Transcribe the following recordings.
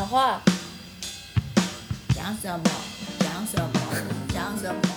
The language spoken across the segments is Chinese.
话，讲什么？讲什么？讲什么？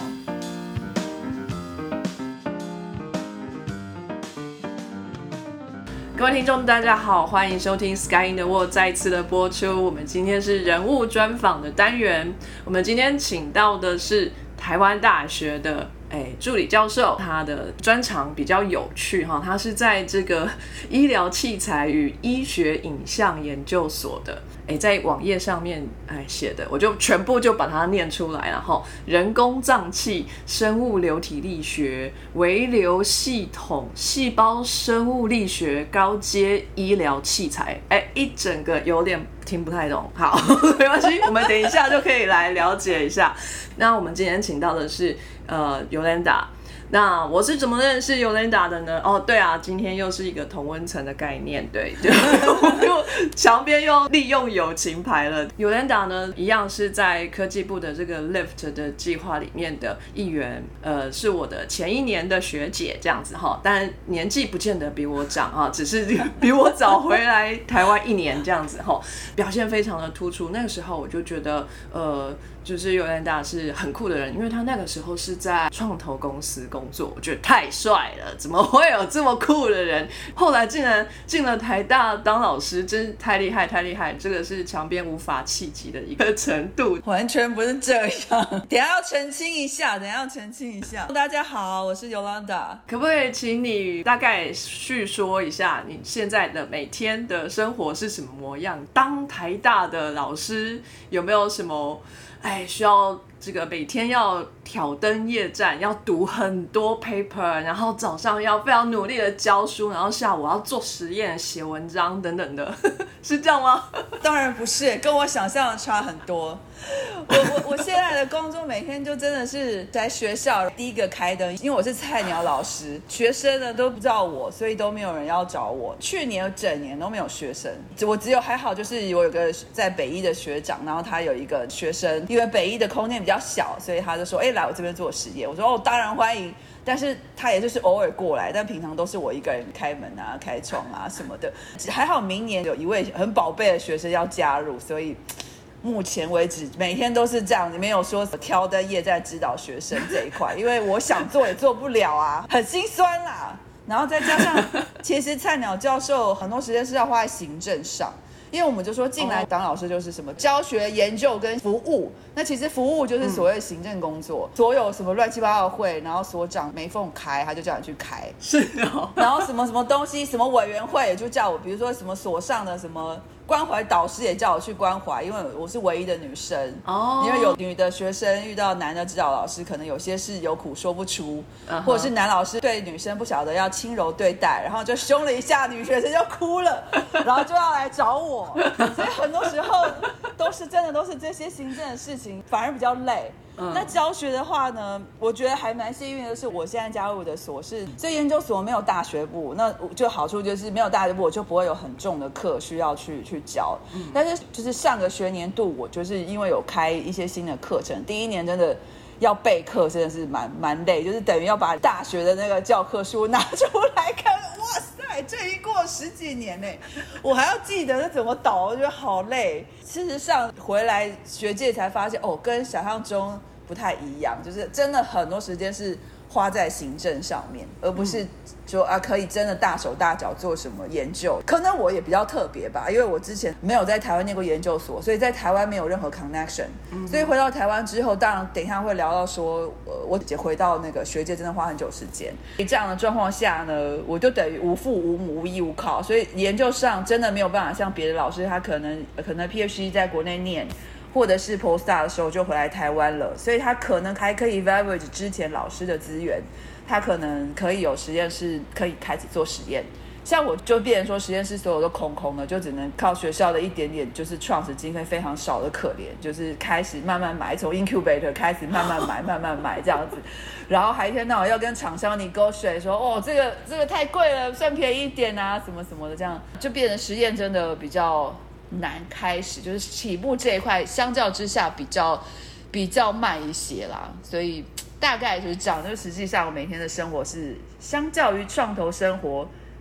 各位听众大家好，欢迎收听 Sky in the World 再一次的播出。我们今天是人物专访的单元，我们今天请到的是台湾大学的助理教授，他的专长比较有趣哈，他是在这个医疗器材与医学影像研究所的，在网页上面写的，我就全部就把它念出来了哈。人工脏器、生物流体力学、微流系统、细胞生物力学、高阶医疗器材，一整个有点听不太懂。好，没关系，我们等一下就可以来了解一下。那我们今天请到的是Yolanda。那我是怎么认识 Yolanda 的呢？哦，对啊，今天又是一个同温层的概念，对，我又墙边又利用友情牌了。Yolanda 呢，一样是在科技部的这个 Lift 的计划里面的一员，是我的前一年的学姐这样子哈，但年纪不见得比我长啊，只是比我早回来台湾一年这样子哈，表现非常的突出。那个时候我就觉得就是 Yolanda 是很酷的人，因为他那个时候是在创投公司工作，我觉得太帅了，怎么会有这么酷的人？后来竟然进了台大当老师，真是太厉害太厉害，这个是墙边无法企及的一个程度。 完全不是这样，等一下要澄清一下，大家好，我是 Yolanda。 可不可以请你大概叙说一下你现在的每天的生活是什么模样？当台大的老师有没有什么需要这个每天要挑灯夜战，要读很多 paper， 然后早上要非常努力的教书，然后下午要做实验、写文章等等的，是这样吗？ 当然不是，跟我想象的差很多。我现在的工作每天就真的是在学校第一个开灯，因为我是菜鸟老师，学生呢都不知道我，所以都没有人要找我。去年整年都没有学生，我只有还好就是我有个在北医的学长，然后他有一个学生，因为北医的空间比较小，所以他就说来我这边做实验。我说当然欢迎。但是他也就是偶尔过来，但平常都是我一个人开门啊、开窗啊什么的。还好明年有一位很宝贝的学生要加入，所以目前为止每天都是这样，没有说挑灯夜战指导学生这一块，因为我想做也做不了啊，很心酸啦。然后再加上，其实菜鸟教授很多时间是要花在行政上。因为我们就说进来当老师就是什么教学、研究跟服务，那其实服务就是所谓的行政工作，所有什么乱七八糟的会，然后所长没空开，他就叫你去开， 是哦。 然后什么什么东西，什么委员会也就叫我，比如说什么所上的什么关怀导师也叫我去关怀，因为我是唯一的女生因为有女的学生遇到男的指导老师，可能有些是有苦说不出，或者是男老师对女生不晓得要轻柔对待，然后就凶了一下，女学生就哭了，然后就要来找我，所以很多时候都是这些行政的事情，反而比较累。那教学的话呢，我觉得还蛮幸运的是，我现在加入的所是，所以研究所没有大学部，那就好处就是没有大学部，我就不会有很重的课需要去教。但是就是上个学年度，我就是因为有开一些新的课程，第一年真的要备课，真的是蛮累，就是等于要把大学的那个教科书拿出来看，哇塞，这一过10几年呢，我还要记得这怎么导，我觉得好累。事实上回来学界才发现，跟想象中不太一样，就是真的很多时间是花在行政上面，而不是说可以真的大手大脚做什么研究。可能我也比较特别吧，因为我之前没有在台湾念过研究所，所以在台湾没有任何 connection，所以回到台湾之后，当然等一下会聊到说，我回到那个学界真的花很久时间。这样的状况下呢，我就等于无父无母无依无靠，所以研究上真的没有办法像别的老师，他可能 PhD 在国内念，或者是 postdoc 的时候就回来台湾了，所以他可能还可以 leverage 之前老师的资源，他可能可以有实验室可以开始做实验。像我就变成说实验室所有都空空了，就只能靠学校的一点点就是创始经费非常少的可怜，就是开始慢慢买，从 incubator 开始慢慢买这样子，然后还一天到晚要跟厂商negotiate说这个太贵了，算便宜一点啊什么什么的，这样就变成实验真的比较难开始，就是起步这一块相较之下比较慢一些啦，所以大概就是这样。就实际上我每天的生活是相较于创投生活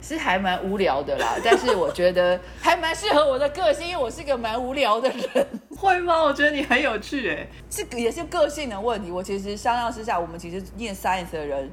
是还蛮无聊的啦，但是我觉得还蛮适合我的个性，因为我是个蛮无聊的人。 会吗？我觉得你很有趣哎。 这个也是个性的问题。我其实相较之下，我们其实念 science 的人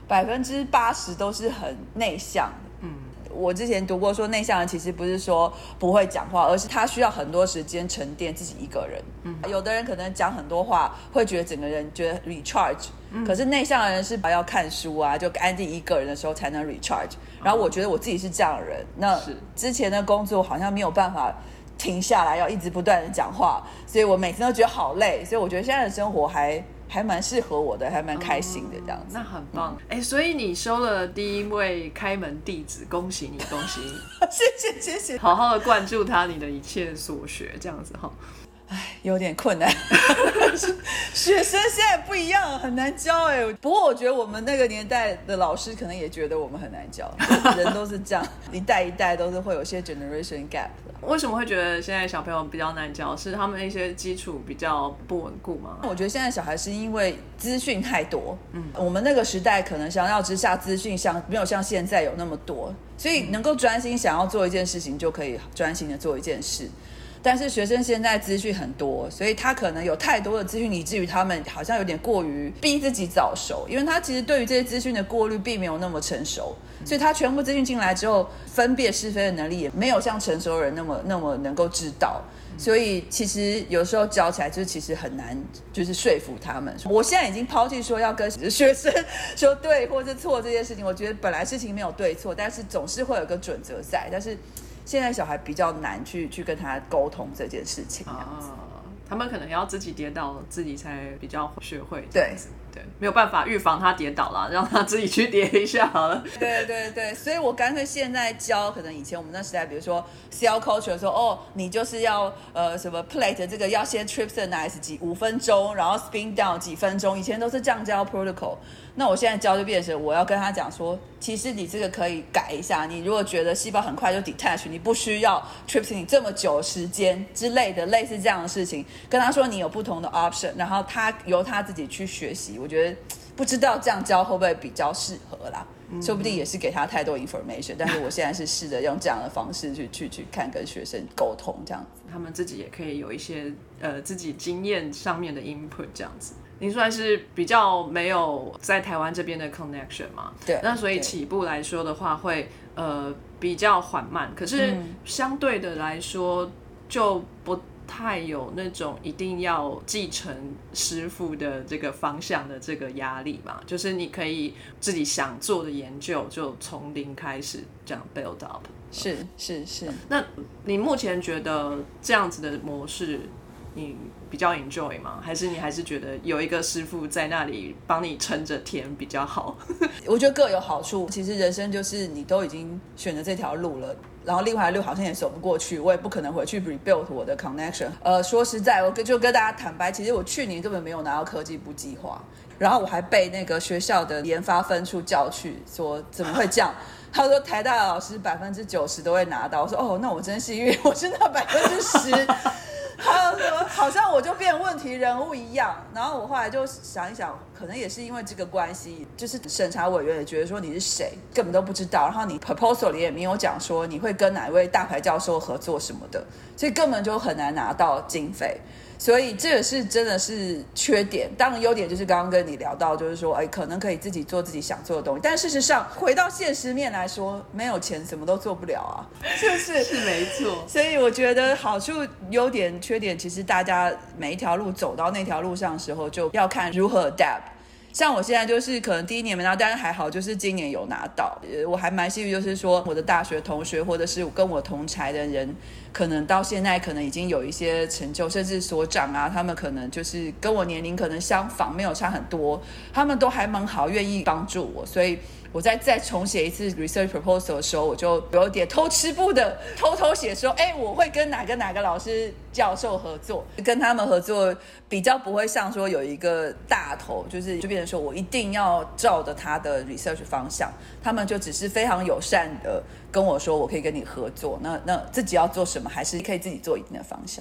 80%都是很内向的。我之前读过说内向人其实不是说不会讲话，而是他需要很多时间沉淀自己一个人。有的人可能讲很多话会觉得整个人觉得 recharge，可是内向的人是要看书啊，就安静一个人的时候才能 recharge。然后我觉得我自己是这样的人，那之前的工作好像没有办法停下来，要一直不断的讲话，所以我每次都觉得好累。所以我觉得现在的生活还蛮适合我的，还蛮开心的这样子。 那很棒。所以你收了第一位开门弟子，恭喜你，恭喜你！ 谢谢。 好好的灌注他你的一切所学，这样子哈。 有点困难。学生现在不一样，很难教不过我觉得我们那个年代的老师可能也觉得我们很难教，人都是这样，一代一代都是会有些 generation gap。 为什么会觉得现在小朋友比较难教？是他们一些基础比较不稳固吗？ 我觉得现在小孩是因为资讯太多，我们那个时代可能相较之下资讯没有像现在有那么多，所以能够专心想要做一件事情就可以专心的做一件事。但是学生现在资讯很多，所以他可能有太多的资讯，以至于他们好像有点过于逼自己早熟，因为他其实对于这些资讯的过滤并没有那么成熟，所以他全部资讯进来之后，分辨是非的能力也没有像成熟人那么能够知道。所以其实有时候教起来就是其实很难，就是说服他们。我现在已经抛弃说要跟学生说对或是错这件事情，我觉得本来事情没有对错，但是总是会有个准则在，但是现在小孩比较难去跟他沟通这件事情。 他们可能要自己跌倒，自己才比较学会。 对， 没有办法预防他跌倒啦，让他自己去跌一下好了。 对，所以我干脆现在教，可能以前我们那时代，比如说 cell culture 说你就是要什么 plate 这个要先 tryptanize 5分钟，然后 spin down 几分钟，以前都是这样教 protocol。那我现在教就变成我要跟他讲说，其实你这个可以改一下，你如果觉得细胞很快就 detach， 你不需要 trypsin 这么久的时间之类的，类似这样的事情，跟他说你有不同的 option， 然后由他自己去学习。我觉得不知道这样教会不会比较适合啦，说不定也是给他太多 information， 但是我现在是试着用这样的方式去看跟学生沟通这样子， 他们自己也可以有一些自己经验上面的 input 这样子。您算是比较没有在台湾这边的 connection 嘛？ 对， 那所以起步来说的话会比较缓慢，可是相对的来说就不太有那种一定要继承师傅的这个方向的这个压力嘛，就是你可以自己想做的研究就从零开始这样 build up。 是。 那你目前觉得这样子的模式你比较 enjoy 吗？还是你还是觉得有一个师傅在那里帮你撑着天比较好？ 我觉得各有好处。其实人生就是你都已经选择这条路了，然后另外的路好像也走不过去，我也不可能回去 rebuild 我的 connection。说实在，我就跟大家坦白，其实我去年根本没有拿到科技部计划，然后我还被那个学校的研发分处叫去说怎么会这样。他说台大的老师90%都会拿到，我说那我真幸运，我是那10%。他说好像我就变问题人物一样，然后我后来就想一想，可能也是因为这个关系，就是审查委员也觉得说你是谁根本都不知道，然后你 proposal 里也没有讲说你会跟哪一位大牌教授合作什么的，所以根本就很难拿到经费。所以这个是真的是缺点，当然优点就是刚刚跟你聊到，就是说可能可以自己做自己想做的东西，但事实上回到现实面来说，没有钱什么都做不了啊，是不是？ 是没错。 所以我觉得好处优点缺点，其实大家每一条路走到那条路上的时候，就要看如何 adapt。像我现在就是可能第一年没拿到，但是还好就是今年有拿到。我还蛮幸运，就是说我的大学同学或者是跟我同才的人，可能到现在可能已经有一些成就，甚至所长啊，他们可能就是跟我年龄可能相仿，没有差很多，他们都还蛮好，愿意帮助我。所以我再重写一次 research proposal 的时候，我就有点偷吃步的偷偷写说，我会跟哪个老师教授合作，跟他们合作比较不会像说有一个大头，就变成说我一定要照着他的 research 方向，他们就只是非常友善的跟我说我可以跟你合作，那自己要做什么还是可以自己做一定的方向。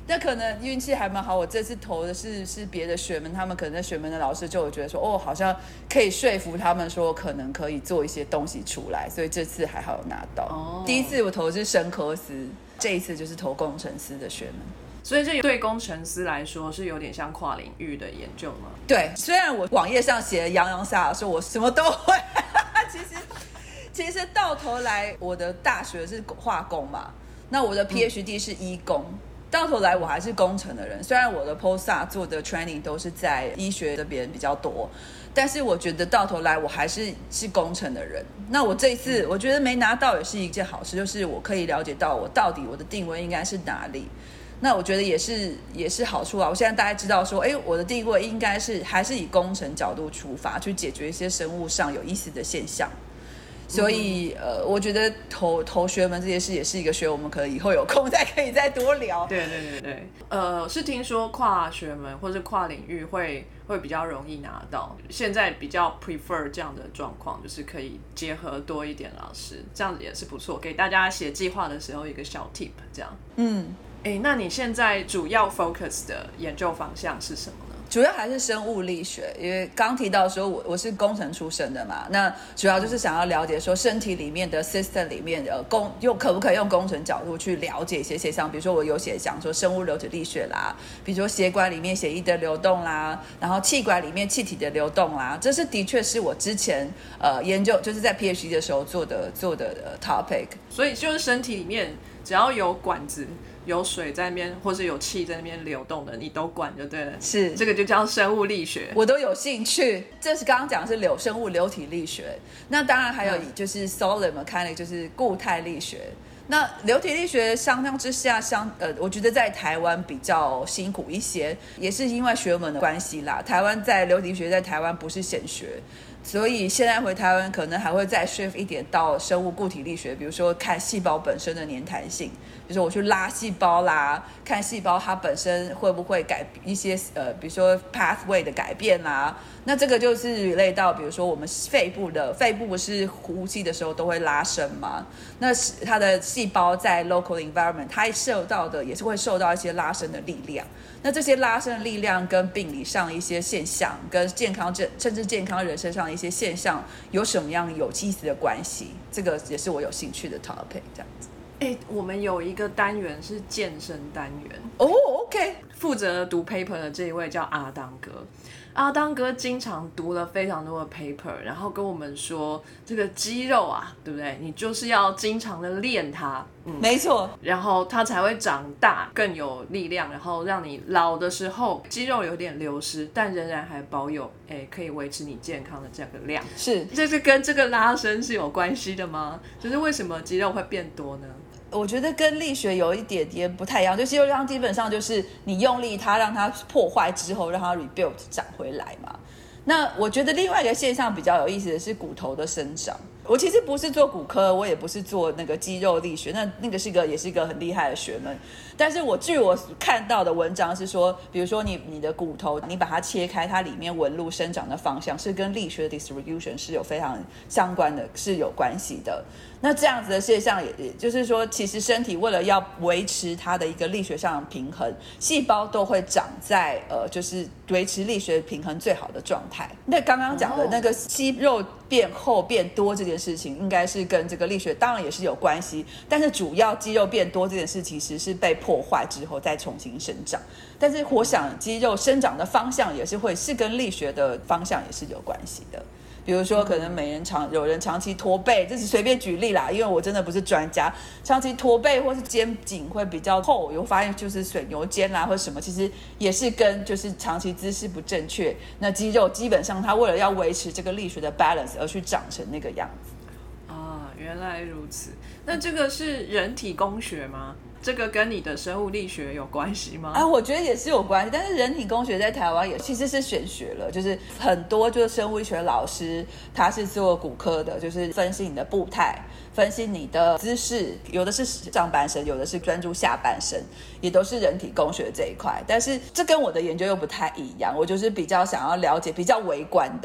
那可能运气还蛮好，我这次投的是别的学门，他们可能在学门的老师就有觉得说，哦，好像可以说服他们说可能可以做一些东西出来，所以这次还好有拿到。第一次我投的是生科司，这一次就是投工程师的学门。 所以这对工程师来说是有点像跨领域的研究吗？ 对，虽然我网页上写洋洋洒洒说我什么都会，其实到头来我的大学是化工嘛，那我的 PhD 是医工。到头来我还是工程的人，虽然我的 Postdoc 做的 training 都是在医学这边比较多，但是我觉得到头来我还是工程的人。那我这一次我觉得没拿到也是一件好事，就是我可以了解到我到底我的定位应该是哪里。那我觉得也是好处啊。我现在大概知道说，我的定位应该是还是以工程角度出发，去解决一些生物上有意思的现象。所以我觉得投学门这些事也是一个学，我们可能以后有空可以再多聊。 对，是听说跨学门或是跨领域会比较容易拿到，现在比较 prefer 这样的状况，就是可以结合多一点老师，这样子也是不错，给大家写计划的时候一个小 tip 这样。那你现在主要 focus 的研究方向是什么呢？ 主要还是生物力学，因为刚提到说我是工程出身的嘛，那主要就是想要了解说身体里面的 system 里面可不可以用工程角度去了解一些现象，比如说我有讲说生物流体力学啦，比如说血管里面血液的流动啦，然后气管里面气体的流动啦，这是的确是我之前研究就是在 PhD 的时候做的topic。 所以就是身体里面只要有管子有水在那边或是有气在那边流动的你都管就对了， 是这个就叫生物力学， 我都有兴趣。这是刚刚讲的是生物流体力学，那当然还有就是 solid mechanics 就是固态力学。那流体力学相较之下我觉得在台湾比较辛苦一些，也是因为学门的关系啦。台湾在流体力学在台湾不是显学，所以现在回台湾可能还会再 shift 一点到生物固体力学，比如说看细胞本身的粘弹性，比如说我去拉细胞啦，看细胞它本身会不会改一些比如说 pathway 的改变啦。那这个就是 relate 到比如说我们肺部不是呼吸的时候都会拉伸嘛，那它的细胞在 local environment 它也是会受到一些拉伸的力量，那这些拉伸的力量跟病理上一些现象跟健康甚至健康人身上的一些现象有什么样有意思的关系，这个也是我有兴趣的 topic 这样子。 我们有一个单元是健身单元 OK， 负责读 paper 的这一位叫阿当哥。阿当哥经常读了非常多的 paper， 然后跟我们说这个肌肉啊，对不对？你就是要经常的练它， 没错， 然后它才会长大更有力量，然后让你老的时候肌肉有点流失，但仍然还保有可以维持你健康的这个量。 是， 这是跟这个拉伸是有关系的吗？就是为什么肌肉会变多呢？ 我觉得跟力学有一点点不太一样，就肌肉量基本上就是你用力它让它破坏之后让它 rebuild 长回来嘛。那我觉得另外一个现象比较有意思的是骨头的生长。我其实不是做骨科，我也不是做那个肌肉力学，那个也是一个很厉害的学门。但是据我看到的文章是说，比如说你的骨头，你把它切开，它里面纹路生长的方向是跟力学的 distribution 是有非常相关的，是有关系的。那这样子的现象也就是说，其实身体为了要维持它的一个力学上的平衡，细胞都会长在就是维持力学平衡最好的状态。那刚刚讲的那个肌肉变厚变多这件事情，应该是跟这个力学当然也是有关系，但是主要肌肉变多这件事其实是被破坏之后再重新生长。但是我想肌肉生长的方向也是跟力学的方向也是有关系的。比如说可能有人长期驼背，这是随便举例啦，因为我真的不是专家，长期驼背或是肩颈会比较厚，有发现就是水牛肩啦或什么，其实也是跟就是长期姿势不正确，那肌肉基本上它为了要维持这个力学的 balance 而去长成那个样子。 原来如此。那这个是人体工学吗？这个跟你的生物力学有关系吗？ 我觉得也是有关系，但是人体工学在台湾也其实是选学了，就是很多就是生物力学老师他是做骨科的，就是分析你的步态，分析你的姿势，有的是上半身，有的是专注下半身，也都是人体工学这一块。但是这跟我的研究又不太一样，我就是比较想要了解比较微观的。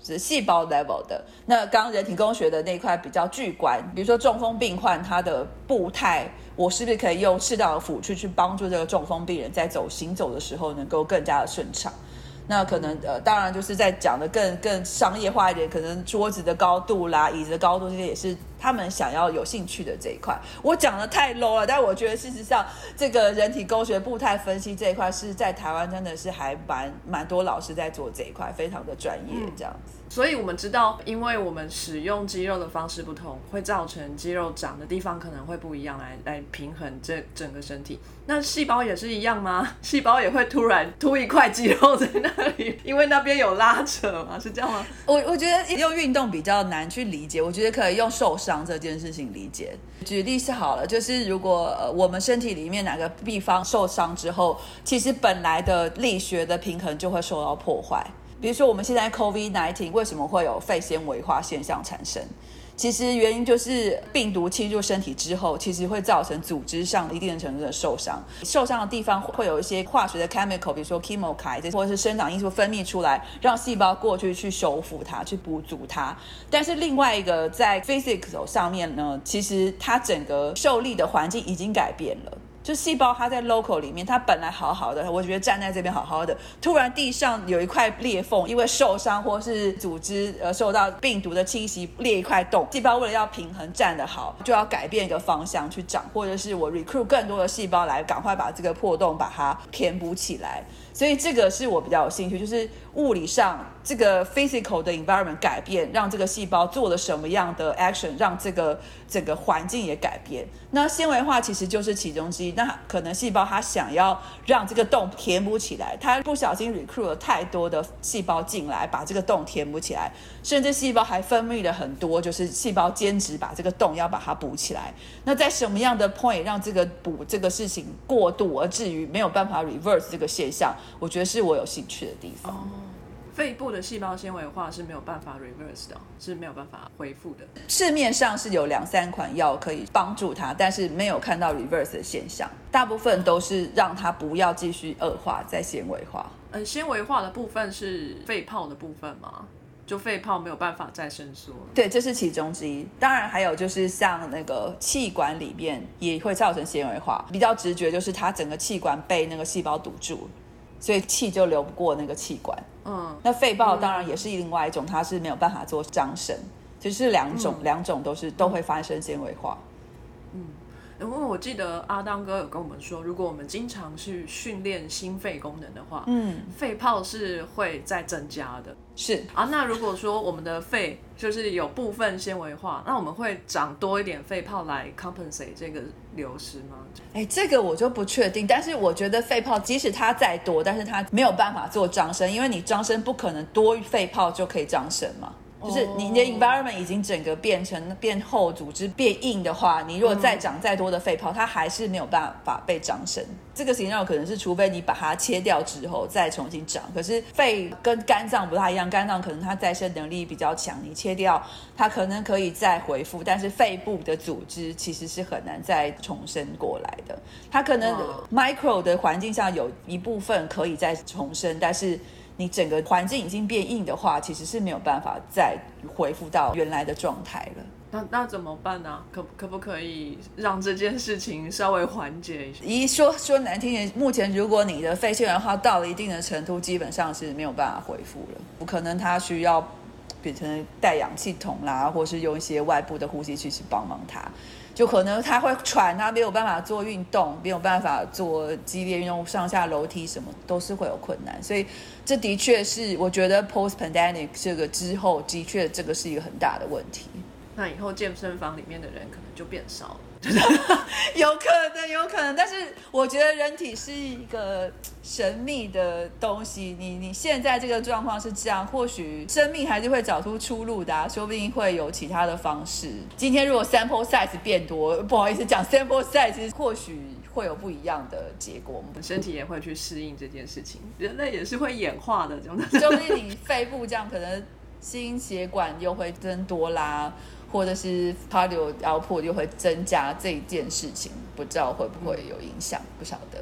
是细胞 level 的。那刚刚人体工学的那一块比较巨观，比如说中风病患他的步态，我是不是可以用适当的辅助去帮助这个中风病人在行走的时候能够更加的顺畅。那可能当然就是在讲的更商业化一点，可能桌子的高度啦、椅子的高度，这些也是他们想要有兴趣的这一块。我讲的太 low 了，但我觉得事实上这个人体工学步态分析这一块是在台湾真的是还蛮多老师在做这一块，非常的专业这样子。 所以我们知道，因为我们使用肌肉的方式不同，会造成肌肉长的地方可能会不一样，来平衡这整个身体。那细胞也是一样吗？细胞也会突然凸一块肌肉在那里，因为那边有拉扯吗？是这样吗？ 我觉得用运动比较难去理解，我觉得可以用受伤这件事情理解。举例是好了，就是如果我们身体里面哪个地方受伤之后，其实本来的力学的平衡就会受到破坏。比如说我们现在 COVID-19 为什么会有肺纤维化现象产生？其实原因就是病毒侵入身体之后，其实会造成组织上一定程度的受伤。受伤的地方会有一些化学的 chemical， 比如说 chemokine 或者是生长因素分泌出来，让细胞过去修复它，去补足它。但是另外一个在 physics 上面呢，其实它整个受力的环境已经改变了。就细胞它在 local 里面，它本来好好的，我觉得站在这边好好的，突然地上有一块裂缝，因为受伤或是组织受到病毒的侵袭裂一块洞，细胞为了要平衡站得好，就要改变一个方向去长，或者是我 recruit 更多的细胞来赶快把这个破洞把它填补起来。所以这个是我比较有兴趣，就是物理上这个 physical 的 environment 改变，让这个细胞做了什么样的 action， 让这个整个环境也改变。那纤维化其实就是其中之一。那可能细胞它想要让这个洞填补起来，它不小心 recruit 了太多的细胞进来，把这个洞填补起来，甚至细胞还分泌了很多，就是细胞兼职把这个洞要把它补起来。那在什么样的 point 让这个补这个事情过度，而至于没有办法 reverse 这个现象，我觉得是我有兴趣的地方。 肺部的细胞纤维化是没有办法 reverse 的，是没有办法恢复的。 市面上是有2-3款药可以帮助它，但是没有看到 reverse 的现象，大部分都是让它不要继续恶化再纤维化。 纤维化的部分是肺泡的部分吗？就肺泡没有办法再伸缩？ 对，这是其中之一。当然还有就是像那个气管里面也会造成纤维化，比较直觉就是它整个气管被那个细胞堵住，所以气就流不过那个气管。那肺泡当然也是另外一种，它是没有办法做张伸，就是两种都会发生纤维化。 因为我记得阿当哥有跟我们说，如果我们经常去训练心肺功能的话，肺泡是会再增加的。 是啊，那如果说我们的肺就是有部分纤维化，那我们会长多一点肺泡来 compensate 这个流失吗？ 这个我就不确定，但是我觉得肺泡即使它再多，但是它没有办法做张伸，因为你张伸不可能多肺泡就可以张伸嘛。就是你的 environment 已经整个变厚，组织变硬的话，你如果再长再多的肺泡，它还是没有办法被张伸。这个情况可能是除非你把它切掉之后再重新长，可是肺跟肝脏不太一样，肝脏可能它再生能力比较强，你切掉它可能可以再恢复，但是肺部的组织其实是很难再重生过来的。它可能 micro 的环境下有一部分可以再重生，但是你整个环境已经变硬的话，其实是没有办法再恢复到原来的状态了。 那怎么办呢？可不可以让这件事情稍微缓解一下？说难听点，目前如果你的肺纤维化到了一定的程度，基本上是没有办法恢复了。不可能它需要变成带氧气筒啦，或是用一些外部的呼吸器去帮忙它。就可能他会喘，他没有办法做运动，没有办法做激烈运动，上下楼梯什么都是会有困难。所以这的确是我觉得 post pandemic 这个之后，的确这个是一个很大的问题。 那以后健身房里面的人可能就变少了。 有可能，但是我觉得人体是一个神秘的东西，你现在这个状况是这样，或许生命还是会找出出路的说不定会有其他的方式。今天如果 sample size 变多，不好意思讲 sample size 或许会有不一样的结果， 我们身体也会去适应这件事情，人类也是会演化的， 说不定你肺部这样可能心血管又会增多啦，或者是 cardio output 又会增加，这一件事情不知道会不会有影响，不晓得。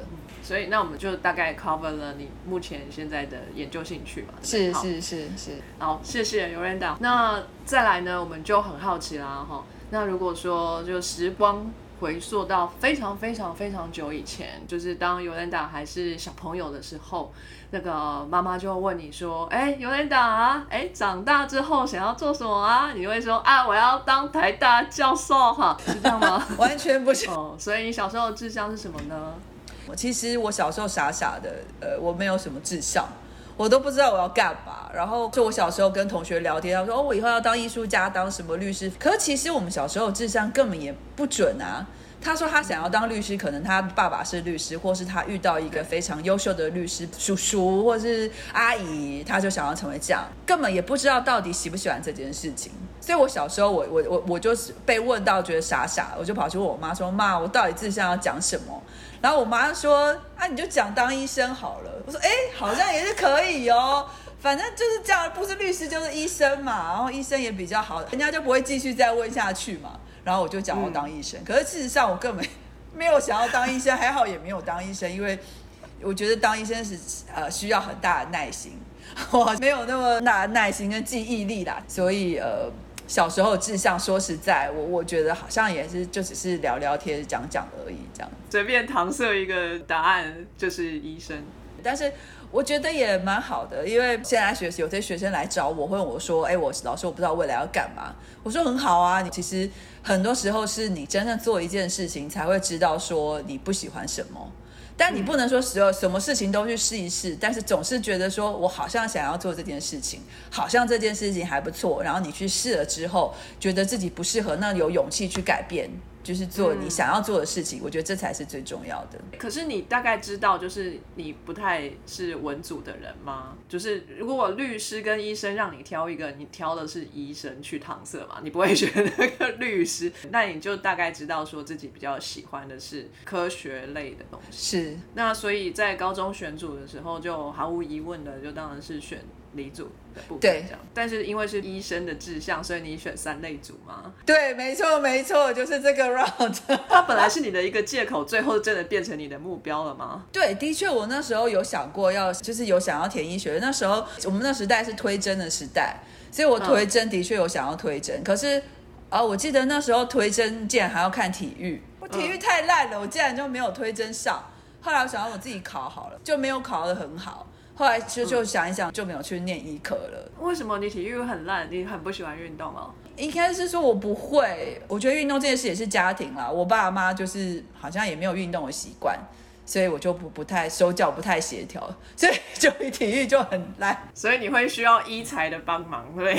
所以那我们就大概 cover 了你目前现在的研究兴趣嘛。 是。 好，谢谢Yolanda。那再来呢，我们就很好奇啦哈。那如果说就时光回溯到非常非常非常久以前，就是当Yolanda还是小朋友的时候，那个妈妈就问你说：“Yolanda啊，长大之后想要做什么啊？”你会说：“啊，我要当台大教授哈。”是这样吗？ 完全不是。 所以你小时候的志向是什么呢？ 其实我小时候傻傻的，我没有什么志向，我都不知道我要干嘛。然后就我小时候跟同学聊天，他说：“我以后要当艺术家，当什么律师。”可是其实我们小时候志向根本也不准啊。他说他想要当律师，可能他爸爸是律师，或是他遇到一个非常优秀的律师叔叔或是阿姨，他就想要成为这样，根本也不知道到底喜不喜欢这件事情。所以我小时候我就是被问到觉得傻傻，我就跑去问我妈说：“妈，我到底志向要讲什么？”然后我妈说：“啊，你就讲当医生好了。”我说：“好像也是可以哦，反正就是这样，不是律师就是医生嘛，然后医生也比较好，人家就不会继续再问下去嘛。”然后我就讲要当医生，可是事实上我根本没有想要当医生，还好也没有当医生，因为我觉得当医生是需要很大的耐心，我没有那么大的耐心跟记忆力啦，所以小时候志向说实在，我觉得好像也是就只是聊聊天讲讲而已，这样随便搪塞一个答案就是医生。 但是我觉得也蛮好的，因为现在有些学生来找我，会问我说：“老师，我不知道未来要干嘛。”我说：“很好啊，其实很多时候是你真正做一件事情，才会知道说你不喜欢什么。但你不能说什么事情都去试一试，但是总是觉得说我好像想要做这件事情，好像这件事情还不错，然后你去试了之后，觉得自己不适合，那有勇气去改变。”就是做你想要做的事情，我觉得这才是最重要的。 可是你大概知道，就是你不太是文组的人吗？就是如果律师跟医生让你挑一个，你挑的是医生去搪塞嘛？你不会选那个律师，那你就大概知道说自己比较喜欢的是科学类的东西。 是。 那所以在高中选组的时候，就毫无疑问的，就当然是选理组的部分，这样。但是因为是医生的志向，所以你选3类组吗？ 对，没错，就是这个 round。 它本来是你的一个借口，最后真的变成你的目标了吗？ 对，的确，我那时候有想过就是有想要填医学。那时候我们那时代是推甄的时代，所以我推甄的确有想要推甄。可是我记得那时候推甄竟然还要看体育，我体育太烂了，我竟然就没有推甄上。后来我想要我自己考好了，就没有考得很好。后来就想一想，就没有去念医科了。 为什么你体育很烂？你很不喜欢运动哦？ 应该是说我不会，我觉得运动这件事也是家庭啦。我爸妈就是好像也没有运动的习惯，所以我就不太手脚不太协调，所以就体育就很烂。 所以你会需要医材的帮忙，对？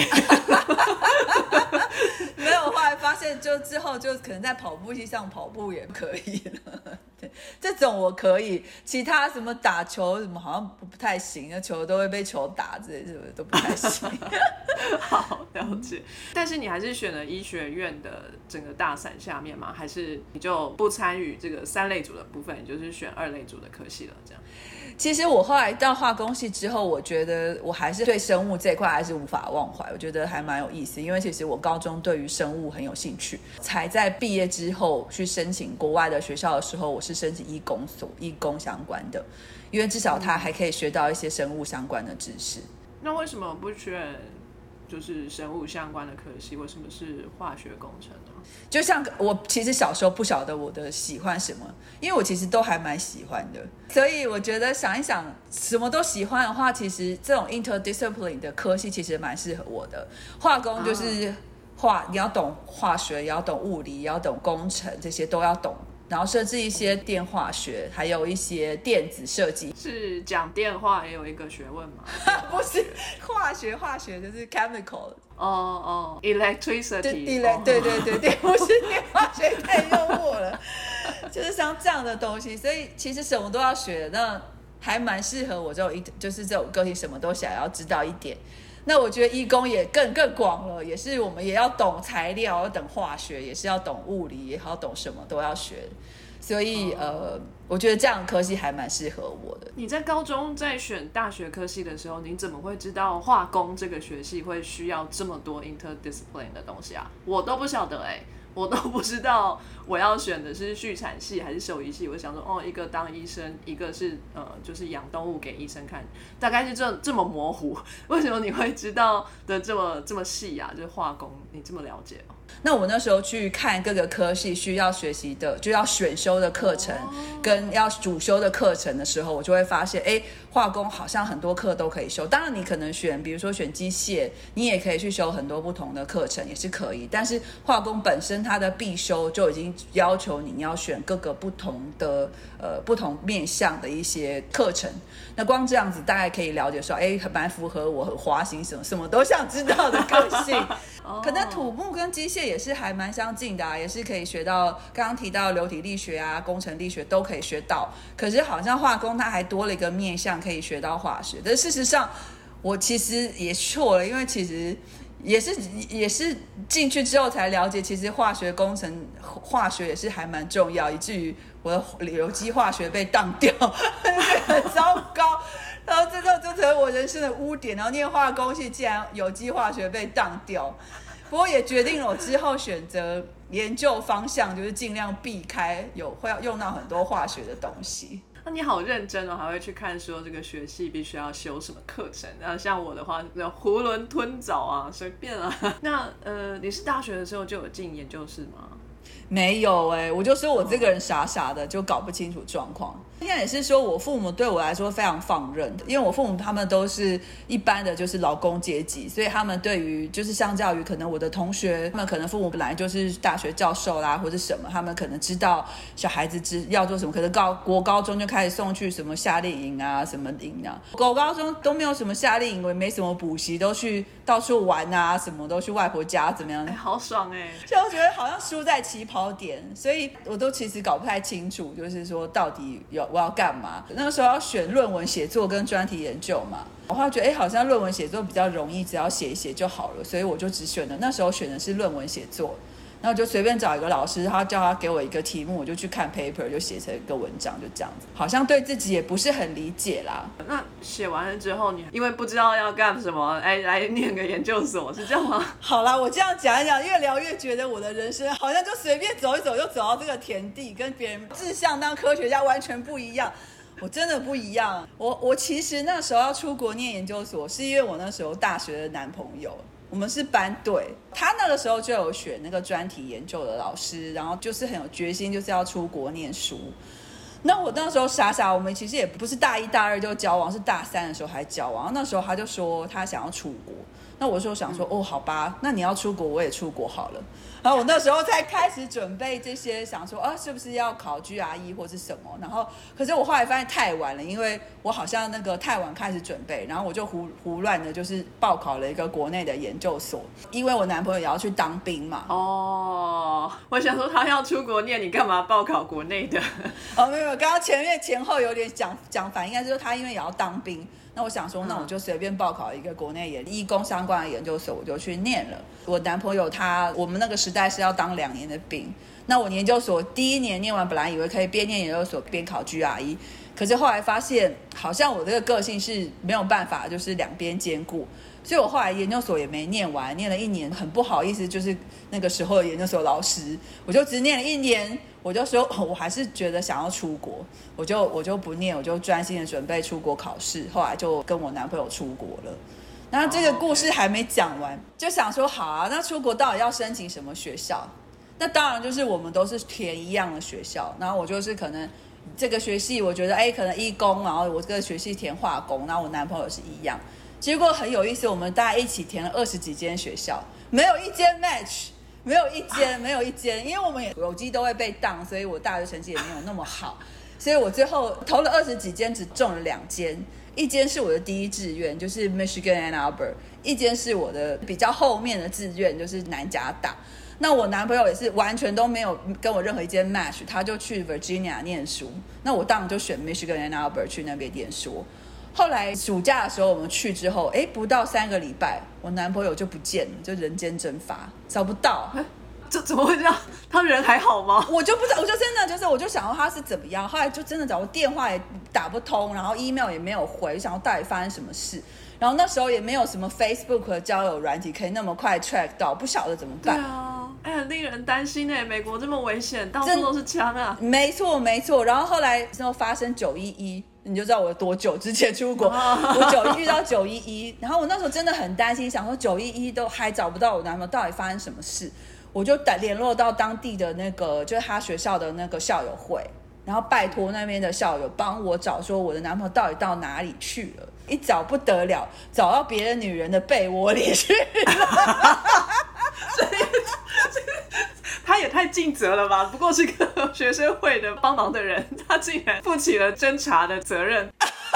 没有，后来发现就之后就可能在跑步机上跑步也可以了。这种我可以，其他什么打球什么好像不太行，那球都会被球打之类的，都不太行。 好，了解。但是你还是选了医学院的整个大伞下面吗？还是你就不参与这个3类组的部分，你就是选2类组的科系了？这样。 其实我后来到化工系之后，我觉得我还是对生物这一块还是无法忘怀，我觉得还蛮有意思。因为其实我高中对于生物很有兴趣，才在毕业之后去申请国外的学校的时候，我是申请医工所，医工相关的，因为至少他还可以学到一些生物相关的知识。 那为什么不选就是生物相关的科系？为什么是化学工程呢？ 就像我其实小时候不晓得我的喜欢什么，因为我其实都还蛮喜欢的，所以我觉得想一想什么都喜欢的话，其实这种 interdiscipline 的科系其实蛮适合我的。化工就是你要懂化学，也要懂物理，也要懂工程，这些都要懂。然后设置一些电化学，还有一些电子设计。 是讲电话也有一个学问吗？ 不是化学就是 chemical。 electricity。 对，不是电化学太幽默了，就是像这样的东西。所以其实什么都要学，那还蛮适合我就是这种个性，什么都想要知道一点。那我觉得医工也更广了，也是我们也要懂材料，要懂化学，也是要懂物理，也要懂什么都要学。所以我觉得这样的科系还蛮适合我的。 你在高中在选大学科系的时候，你怎么会知道化工这个学系会需要这么多 interdiscipline 的东西啊？我都不晓得我都不知道我要选的是畜产系还是兽医系。我想说，一个当医生，一个是就是养动物给医生看，大概是这么模糊。为什么你会知道的这么细啊？就是化工，你这么了解哦？ 那我那时候去看各个科系需要学习的，就要选修的课程跟要主修的课程的时候，我就会发现，化工好像很多课都可以修。当然，你可能比如说选机械，你也可以去修很多不同的课程，也是可以。但是化工本身它的必修就已经要求你要选各个不同的不同面向的一些课程。那光这样子大概可以了解说，蛮符合我很花心什么都想知道的个性。可能土木跟机械也是还蛮相近的啊，也是可以学到刚刚提到流体力学啊、工程力学都可以学到。可是好像化工它还多了一个面向可以学到化学，但事实上我其实也错了，因为其实也是进去之后才了解，其实化学工程化学也是还蛮重要，以至于我的有机化学被当掉，很糟糕。然后这就成为我人生的污点，然后念化工系竟然有机化学被当掉。不过也决定了我之后选择研究方向，就是尽量避开会要用到很多化学的东西。 那你好认真哦，还会去看说这个学系必须要修什么课程。那像我的话，囫囵吞枣啊，随便啊。那你是大学的时候就有进研究室吗？ 没有我就说我这个人傻傻的，就搞不清楚状况。应该也是说我父母对我来说非常放任，因为我父母他们都是一般的就是劳工阶级，所以他们对于就是相较于可能我的同学，他们可能父母本来就是大学教授啦或者什么，他们可能知道小孩子要做什么，可能国高中就开始送去什么夏令营啊什么营啊，国高中都没有什么夏令营，也没什么补习，都去到处玩啊，什么都去外婆家怎么样， 好爽所以我觉得好像输在起跑点，所以我都其实搞不太清楚，就是说到底我要干嘛。那个时候要选论文写作跟专题研究嘛，我后来觉得好像论文写作比较容易，只要写一写就好了，所以我就那时候选的是论文写作。然后就随便找一个老师，他叫他给我一个题目，我就去看 paper， 就写成一个文章，就这样子。好像对自己也不是很理解啦。 那写完了之后，你因为不知道要干什么，来念个研究所，是这样吗？ 好啦，我这样讲一讲，越聊越觉得我的人生好像就随便走一走就走到这个田地，跟别人志向当科学家完全不一样。我真的不一样。我其实那时候要出国念研究所，是因为我那时候大学的男朋友。我们是班队，他那个时候就有选那个专题研究的老师，然后就是很有决心，就是要出国念书。那我那时候傻傻，我们其实也不是大一大二就交往，是大三的时候还交往。那时候他就说他想要出国，那我就想说好吧，那你要出国我也出国好了。然后我那时候才开始准备这些，想说是不是要考 GRE 或是什么。然后可是我后来发现太晚了，因为我好像那个太晚开始准备，然后我就胡乱的就是报考了一个国内的研究所，因为我男朋友也要去当兵嘛。 我想说他要出国念，你干嘛报考国内的？ 没有，刚刚前后有点讲反，应该是说他因为也要当兵。那我想说，那我就随便报考一个国内医工相关的研究所，我就去念了。我男朋友我们那个时代是要当2年的兵，那我研究所第1年念完，本来以为可以边念研究所边考 GRE， 可是后来发现好像我这个个性是没有办法就是两边兼顾，所以我后来研究所也没念完，念了1年，很不好意思，就是那个时候的研究所老师，我就只念了1年，我就说我还是觉得想要出国，我就不念，我就专心的准备出国考试，后来就跟我男朋友出国了。那这个故事还没讲完，就想说好啊，那出国到底要申请什么学校？那当然就是我们都是填一样的学校，然后我就是可能这个学系我觉得可能医工，然后我这个学系填化工，然后我男朋友是一样。结果很有意思，我们大家一起填了20几间学校，没有一间 match， 没有一间，因为我们有机都会被当，所以我大学成绩也没有那么好，所以我最后投了20几间，只中了2间，一间是我的第一志愿，就是 Michigan Ann Arbor， 一间是我的比较后面的志愿，就是南加大。那我男朋友也是完全都没有跟我任何一间 match， 他就去 Virginia 念书，那我当然就选 Michigan Ann Arbor 去那边念书。后来暑假的时候我们去之后，不到3个礼拜，我男朋友就不见了，就人间蒸发，找不到。 这怎么会这样？他人还好吗？ 我就不知道，我就真的就是我就想到他是怎么样，后来就真的找我电话也打不通，然后 email 也没有回，想要到底发生什么事。然后那时候也没有什么 Facebook 的交友软体可以那么快 track 到，不晓得怎么办。 哎，很令人担心哎，美国这么危险，到处都是枪啊。 没错没错，然后后来之后发生911，你就知道我有多久之前出国。我遇到911，然后我那时候真的很担心，想说911都还找不到我男朋友，到底发生什么事？我就联络到当地的那个，就是他学校的那个校友会，然后拜托那边的校友帮我找，说我的男朋友到底到哪里去了。一找不得了，找到别的女人的被窝里去了。 他也太尽责了吧！不过是个学生会的帮忙的人，他竟然负起了侦查的责任。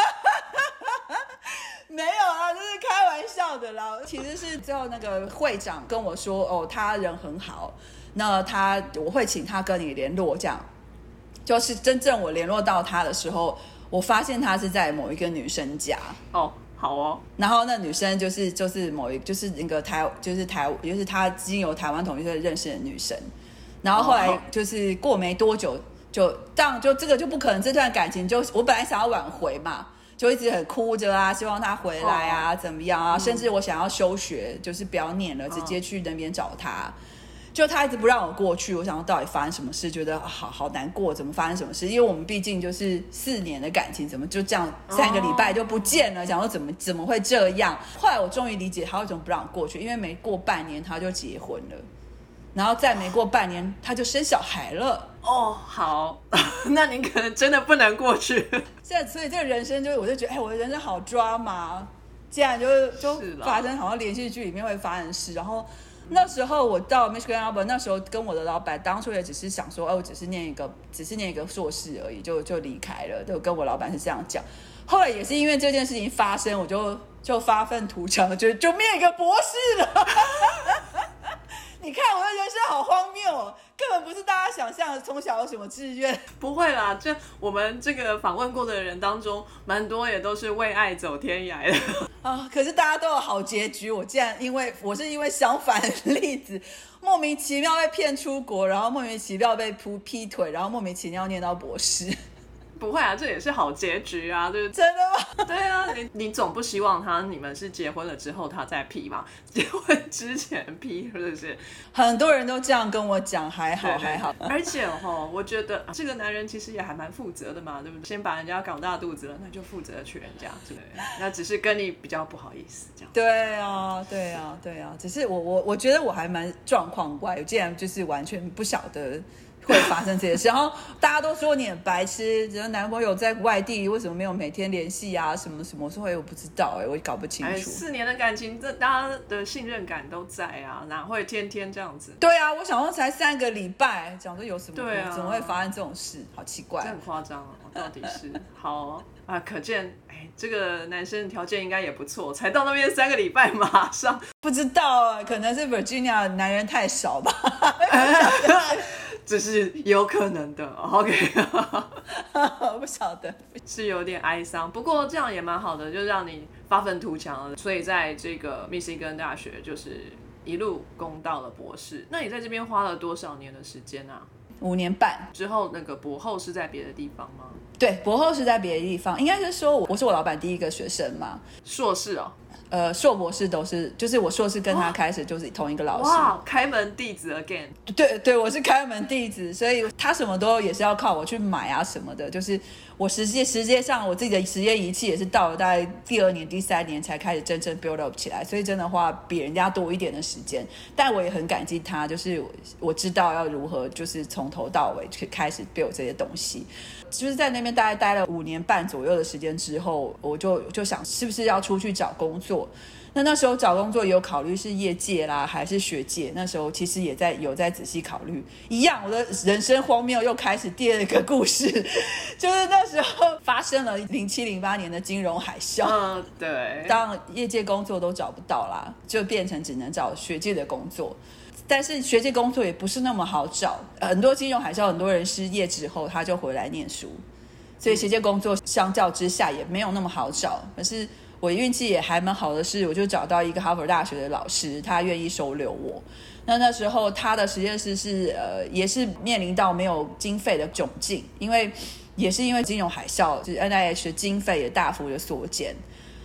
没有啊，这是开玩笑的啦。其实是最后那个会长跟我说，哦，他人很好，那我会请他跟你联络，这样。就是真正我联络到他的时候，我发现他是在某一个女生家。 哦，好哦。 然后那女生就是那个就是他经由台湾同学认识的女生。然后后来就是过没多久，就这个就不可能，这段感情就我本来想要挽回嘛。就一直很哭着啊，希望他回来啊，怎么样啊？甚至我想要休学，就是不要念了，直接去那边找他。就他一直不让我过去，我想说到底发生什么事？觉得好难过，怎么发生什么事？因为我们毕竟就是4年的感情，怎么就这样3个礼拜就不见了？想说怎么会这样？后来我终于理解他为什么不让我过去，因为没过半年他就结婚了。然后再没过半年，他就生小孩了。 哦，好，那你可能真的不能过去。 所以这个人生我就觉得，我的人生好抓嘛，竟然就发生好像连续剧里面会发生的事。然后那时候我到 Michigan Alba， 那时候跟我的老板当初也只是想说，我只是念一个硕士而已，就离开了。就跟我老板是这样讲。后来也是因为这件事情发生，我就发愤图强，就念一个博士了。你看我的人生好荒谬哦，根本不是大家想象的从小有什么志愿。 不会啦，这我们这个访问过的人当中，蛮多也都是为爱走天涯的啊。可是大家都有好结局，我是因为相反的例子，莫名其妙被骗出国，然后莫名其妙被劈腿，然后莫名其妙念到博士。 不会啊，这也是好结局啊，对不对？ 真的吗？ 对啊，你总不希望你们是结婚了之后他再劈嘛？结婚之前劈，是不是？ 很多人都这样跟我讲，还好。 而且我觉得这个男人其实也还蛮负责的嘛，对不对？先把人家搞大肚子了，那就负责娶人家，对不对？那只是跟你比较不好意思这样。 对啊，只是我觉得我还蛮状况外，我竟然就是完全不晓得会发生这些事。然后大家都说你很白痴，只要男朋友在外地，为什么没有每天联系啊？什么？我说我不知道我搞不清楚。 4年的感情，这大家的信任感都在啊，哪会天天这样子？ 对啊，我想说才3个礼拜，讲说有什么？ 对啊， 怎么会发生这种事？好奇怪， 这很夸张啊！到底是好啊？可见这个男生的条件应该也不错，才到那边3个礼拜，马上不知道可能是 Virginia 男人太少吧。 这是有可能的 ，OK， 不晓得， 是有点哀伤，不过这样也蛮好的，就让你发愤图强了。所以在这个密西根大学，就是一路攻到了博士。那你在这边花了多少年的时间啊 ？5年半。 之后那个博后是在别的地方吗？ 对，博后是在别的地方，应该是说我是我老板第一个学生嘛。 硕士哦。 硕博士都是，就是我硕士跟他开始就是同一个老师。 哇，开门弟子 again。 对，我是开门弟子，所以他什么都也是要靠我去买啊什么的。就是我实际上我自己的实验仪器也是到了大概第2年、第3年才开始真正 build up 起来，所以真的花比人家多一点的时间。但我也很感激他，就是我知道要如何就是从头到尾去开始 build 这些东西。就是在那边大概待了5年半左右的时间之后，我就想是不是要出去找工作。那时候找工作也有考虑是业界啦还是学界，那时候其实也有在仔细考虑。一样，我的人生荒谬又开始第2个故事，就是那时候发生了07、08年的金融海啸。 对， 当业界工作都找不到啦，就变成只能找学界的工作。但是学界工作也不是那么好找，很多金融海啸，很多人失业之后他就回来念书，所以学界工作相较之下也没有那么好找。可是我运气也还蛮好的是，我就找到一个哈佛大学的老师，他愿意收留我。那时候他的实验室是也是面临到没有经费的窘境，因为金融海啸，就是 NIH 的经费也大幅的缩减。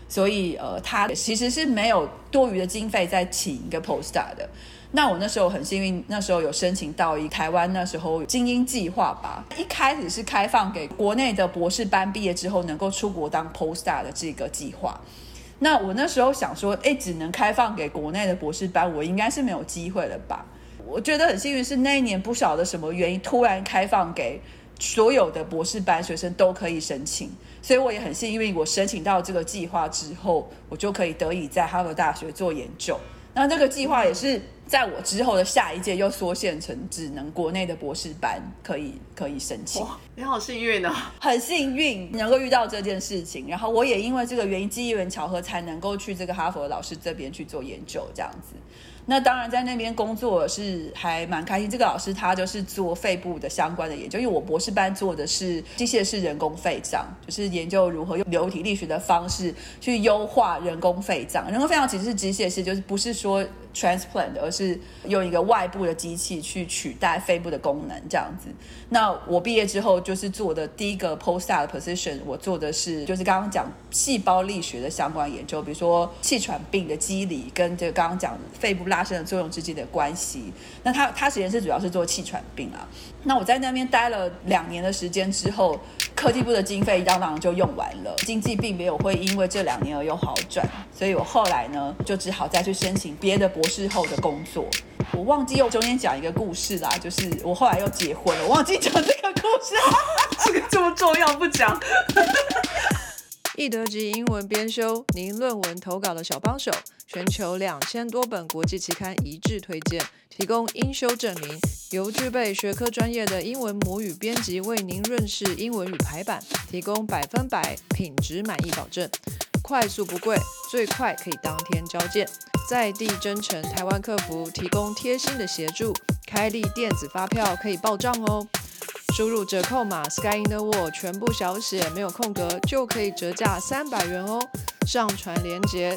所以他其实是没有多余的经费在请一个 postdoc 的。那我那时候很幸运，那时候有申请到一台湾那时候精英计划吧，一开始是开放给国内的博士班毕业之后能够出国当 postdoc 的这个计划。那我那时候想说，只能开放给国内的博士班，我应该是没有机会了吧。我觉得很幸运是那一年不晓得什么原因突然开放给所有的博士班学生都可以申请，所以我也很幸运，我申请到这个计划之后，我就可以得以在哈佛大学做研究。那这个计划也是在我之后的下一届又缩限成只能国内的博士班可以申请。 哇，你好幸运啊！ 很幸运能够遇到这件事情，然后我也因为这个原因机缘巧合才能够去这个哈佛老师这边去做研究这样子。那当然在那边工作是还蛮开心，这个老师他就是做肺部的相关的研究，因为我博士班做的是机械式人工肺脏，就是研究如何用流体力学的方式去优化人工肺脏。人工肺脏其实是机械式，就是不是说 transplant， 而是用一个外部的机器去取代肺部的功能这样子。那我毕业之后就是做的第一个 postdoc position， 我做的是就是刚刚讲细胞力学的相关研究，比如说气喘病的机理跟这个刚刚讲肺部拉伸的作用之间的关系。那他实验室主要是做气喘病啊。那我在那边待了2年的时间之后，科技部的经费当然就用完了，经济并没有会因为这2年而有好转，所以我后来呢就只好再去申请别的博士后的工作。我忘记又中间讲一个故事啦，就是我后来又结婚了，我忘记讲这个故事这个这么重要不讲。 易德级英文编修，您论文投稿的小帮手，全球2000多本国际期刊一致推荐，提供英修证明，由具备学科专业的英文母语编辑为您润饰英文与排版，提供100%品质满意保证，快速不贵，最快可以当天交件，在地真诚台湾客服提供贴心的协助，开立电子发票可以报账哦。输入折扣码 Sky in the World 全部小写没有空格，就可以折价300元哦。上传连结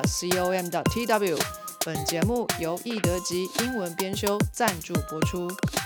www.editage.com.tw。本节目由易德级英文编修赞助播出。